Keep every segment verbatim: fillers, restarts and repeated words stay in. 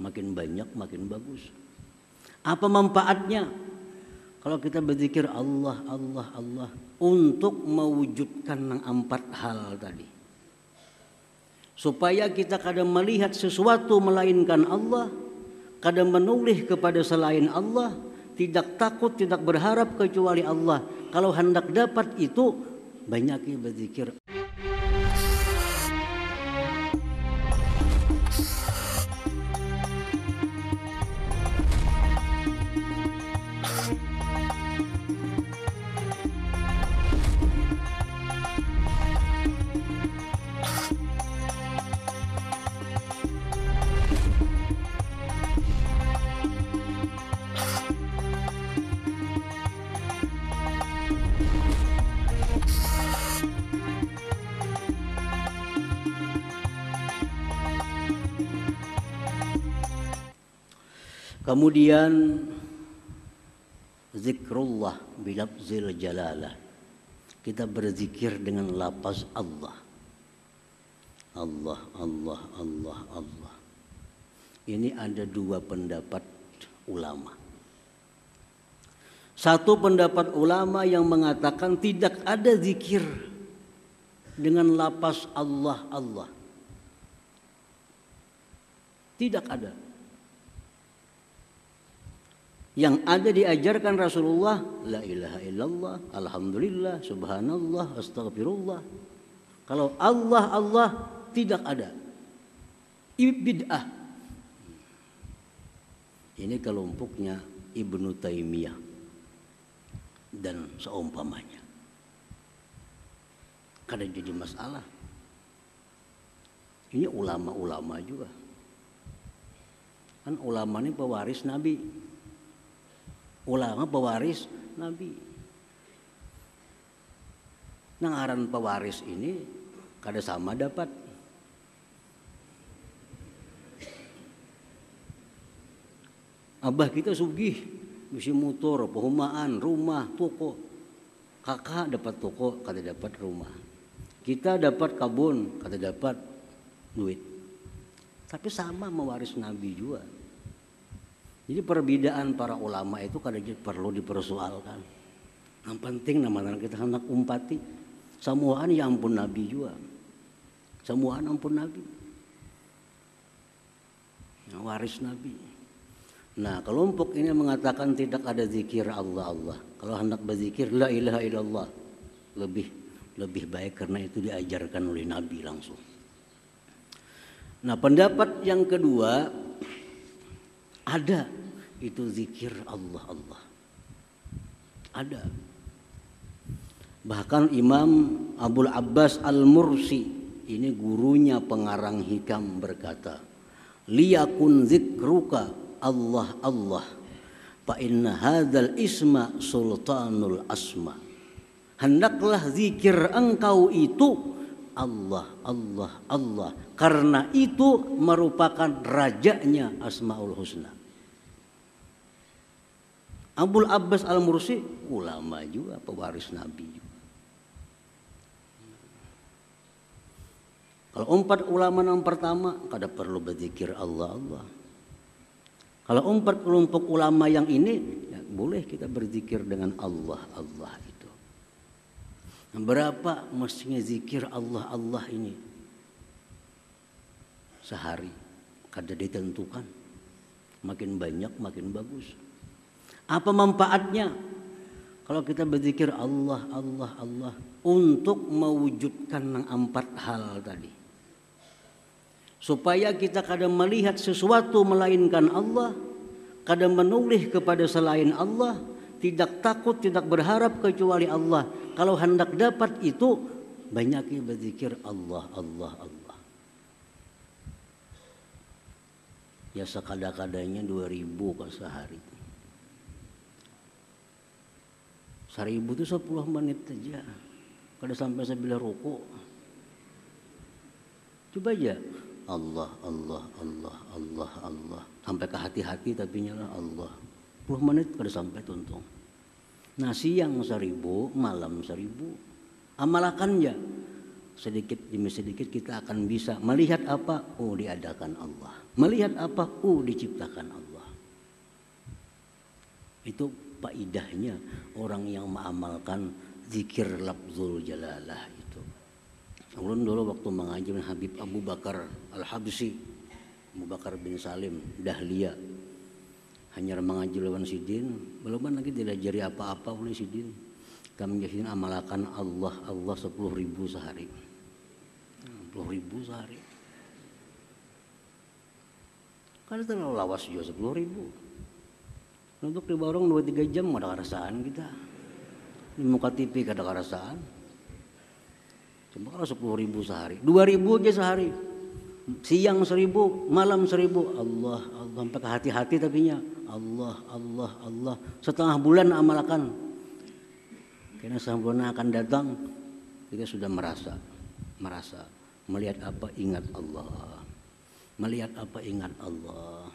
makin banyak makin bagus. Apa manfaatnya kalau kita berzikir Allah Allah Allah untuk mewujudkan yang empat hal tadi? Supaya kita kadang melihat sesuatu melainkan Allah, kadang menoleh kepada selain Allah, tidak takut, tidak berharap kecuali Allah. Kalau hendak dapat itu, banyaki berzikir. Kemudian zikrullah bilafzil jalalah. Kita berzikir dengan lafaz Allah. Allah, Allah, Allah, Allah. Ini ada dua pendapat ulama. Satu pendapat ulama yang mengatakan tidak ada zikir dengan lafaz Allah, Allah. Tidak ada. Yang ada diajarkan Rasulullah, la ilaha illallah, alhamdulillah, subhanallah, astagfirullah. Kalau Allah Allah tidak ada. Bid'ah. Ini kelompoknya Ibnu Taimiyah dan seumpamanya. Kadang jadi masalah. Ini ulama-ulama juga. Kan ulama ini pewaris Nabi. Ulama pewaris Nabi. Nangaran pewaris ini kada sama dapat. Abah kita sugih, bisi motor, perumahan, rumah, toko. Kakak dapat toko, kada dapat rumah. Kita dapat kabun, kada dapat duit. Tapi sama mewaris Nabi juga. Jadi perbedaan para ulama itu kadang perlu dipersoalkan. Yang penting nama-nama kita hendak umpati. Semuaan ya ampun Nabi juga. Semuaan ampun Nabi. Yang waris Nabi. Nah kelompok ini mengatakan tidak ada zikir Allah Allah. Kalau hendak berzikir la ilaha illallah. Lebih lebih baik karena itu diajarkan oleh Nabi langsung. Nah pendapat yang kedua, ada itu zikir Allah Allah. Ada. Bahkan Imam Abul Abbas Al-Mursi, ini gurunya pengarang hikam, berkata, liyakun zikruka Allah Allah fa inna hadzal isma sultanul asma. Hendaklah zikir engkau itu Allah Allah Allah, karena itu merupakan rajanya Asmaul Husna. Abul Abbas Al-Mursi ulama juga, pewaris Nabi juga. Kalau empat ulama yang pertama kada perlu berzikir Allah Allah. Kalau empat kelompok ulama yang ini ya, boleh kita berzikir dengan Allah Allah itu. Berapa mestinya zikir Allah Allah ini? Sehari kada ditentukan. Makin banyak makin bagus. Apa manfaatnya kalau kita berzikir Allah Allah Allah untuk mewujudkan yang empat hal tadi? Supaya kita kadang melihat sesuatu melainkan Allah, kadang menoleh kepada selain Allah, tidak takut, tidak berharap kecuali Allah. Kalau hendak dapat itu, banyaki berzikir Allah, Allah, Allah. Ya sekada-kadanya dua ribu ke sehari. Seribu itu sepuluh menit saja. Kada sampai sebilah ruku. Coba aja. Allah, Allah, Allah, Allah, Allah. Sampai ke hati-hati tapi nyala Allah. sepuluh menit kada sampai tuntung. Nah siang seribu, malam seribu. Amalakan ya. sedikit demi sedikit kita akan bisa melihat apa, oh diadakan Allah. Melihat apa, oh diciptakan Allah. Itu faidahnya orang yang mengamalkan zikir lafzul jalalah itu. Ulun dulu waktu mengaji dengan Habib Abu Bakar Al-Habsyi, Abu Bakar bin Salim Dahlia, hanya mengaji lawan sidin, belum lagi diajari apa-apa oleh sidin. Kami jadi amalkan Allah Allah sepuluh ribu sehari, sepuluh ribu sehari. Kan terlalu lawas juga sepuluh ribu. Untuk di warung dua tiga jam ada kerasaan kita. Di muka T V ada kerasaan. Cuma kalau sepuluh ribu sehari, dua ribu aja sehari. Siang seribu, malam seribu. Allah Allah sampai ke hati-hati tapinya. Allah Allah Allah. Setengah bulan amalkan. Karena sempurna akan datang, kita sudah merasa, merasa melihat apa ingat Allah, melihat apa ingat Allah.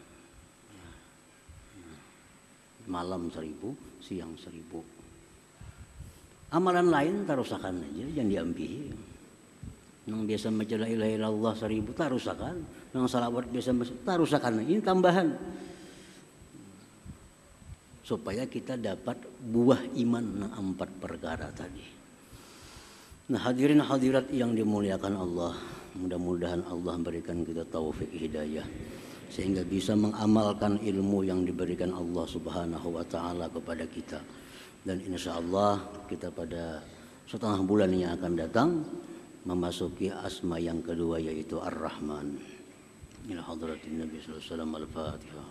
Malam seribu, siang seribu. Amalan lain tarusakan aja, jangan diambil. Nang biasa baca la ilaha illallah seribu tarusakan, nang salawat biasa tarusakan. Ini tambahan. Supaya kita dapat buah iman na empat perkara tadi. Nah hadirin hadirat yang dimuliakan Allah, mudah-mudahan Allah berikan kita taufik hidayah sehingga bisa mengamalkan ilmu yang diberikan Allah Subhanahu wa taala kepada kita. Dan insya Allah kita pada setengah bulan yang akan datang memasuki asma yang kedua yaitu Ar-Rahman. Ila hadratin Nabi sallallahu alaihi wasallam al-Fatihah.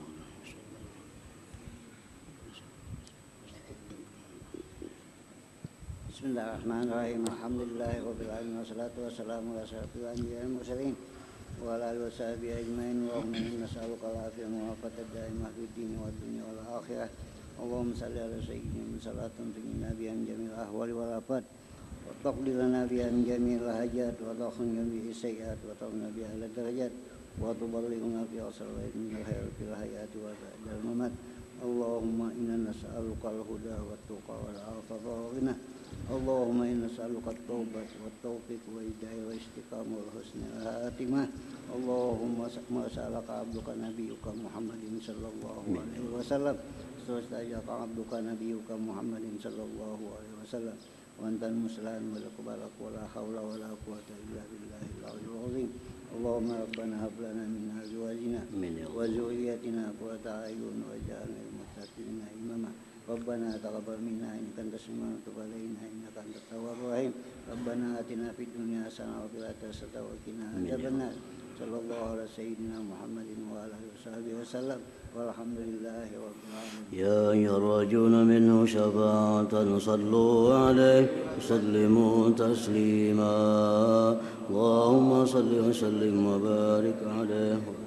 Bismillahirrahmanirrahim. Alhamdulillahirabbil alamin wassalatu wassalamu ala asyrofil anbiya'i wal mursalin wa ala alihi washabihi ajmain. Allahumma inna nas'aluka al-afiyata wa al-afata ad-daimah fid din wad dunya wal akhirah. Allahumma shalli ala sayyidina salatan tunjina biha min jamil ahwali wal afat wa taqdi lana biha min jamil hajat wa takhunna bihi sayyi'at wa tawna biha ala darajat wa tuballighuna biha sallallahu min al-khair fil hayati wa ba'dal mamat. Allahumma inna nas'aluka al-huda wat tuqa wal afata wal ghina. Allahumma inna nas'aluka at-taubat wat taufiq wa hidayah wa istiqamah wal husnul khatimah. Allahumma sa'alaka abduka nabiyyuka Muhammadin sallallahu alaihi wasallam. Stajaka abduka nabiyyuka Muhammadin sallallahu alaihi wasallam. Wa antal muslimin wa laqbalak wa la haula wa la quwwata illa billahil aliyyil azim. Allahumma rabbana hab lana min azwajina wa dhurriyyatina qurrata a'yun waj'alna lil muttaqina imama. Rabbana taqabbal minna innaka antas samiul alim wa tub 'alaina innaka antat tawwabur rahim. Rabbana atina fid dunya hasanah wa fil akhirati hasanah wa qina adzabannar. Sallallahu ala sayyidina Muhammadin wa ala alihi washabihi wasallam. Walhamdulillahi rabbil alamin. Ya yarjuna minhu syafa'atan sallu alaihi sallimu taslima. Allahumma salli wa sallim wa barik alaihi.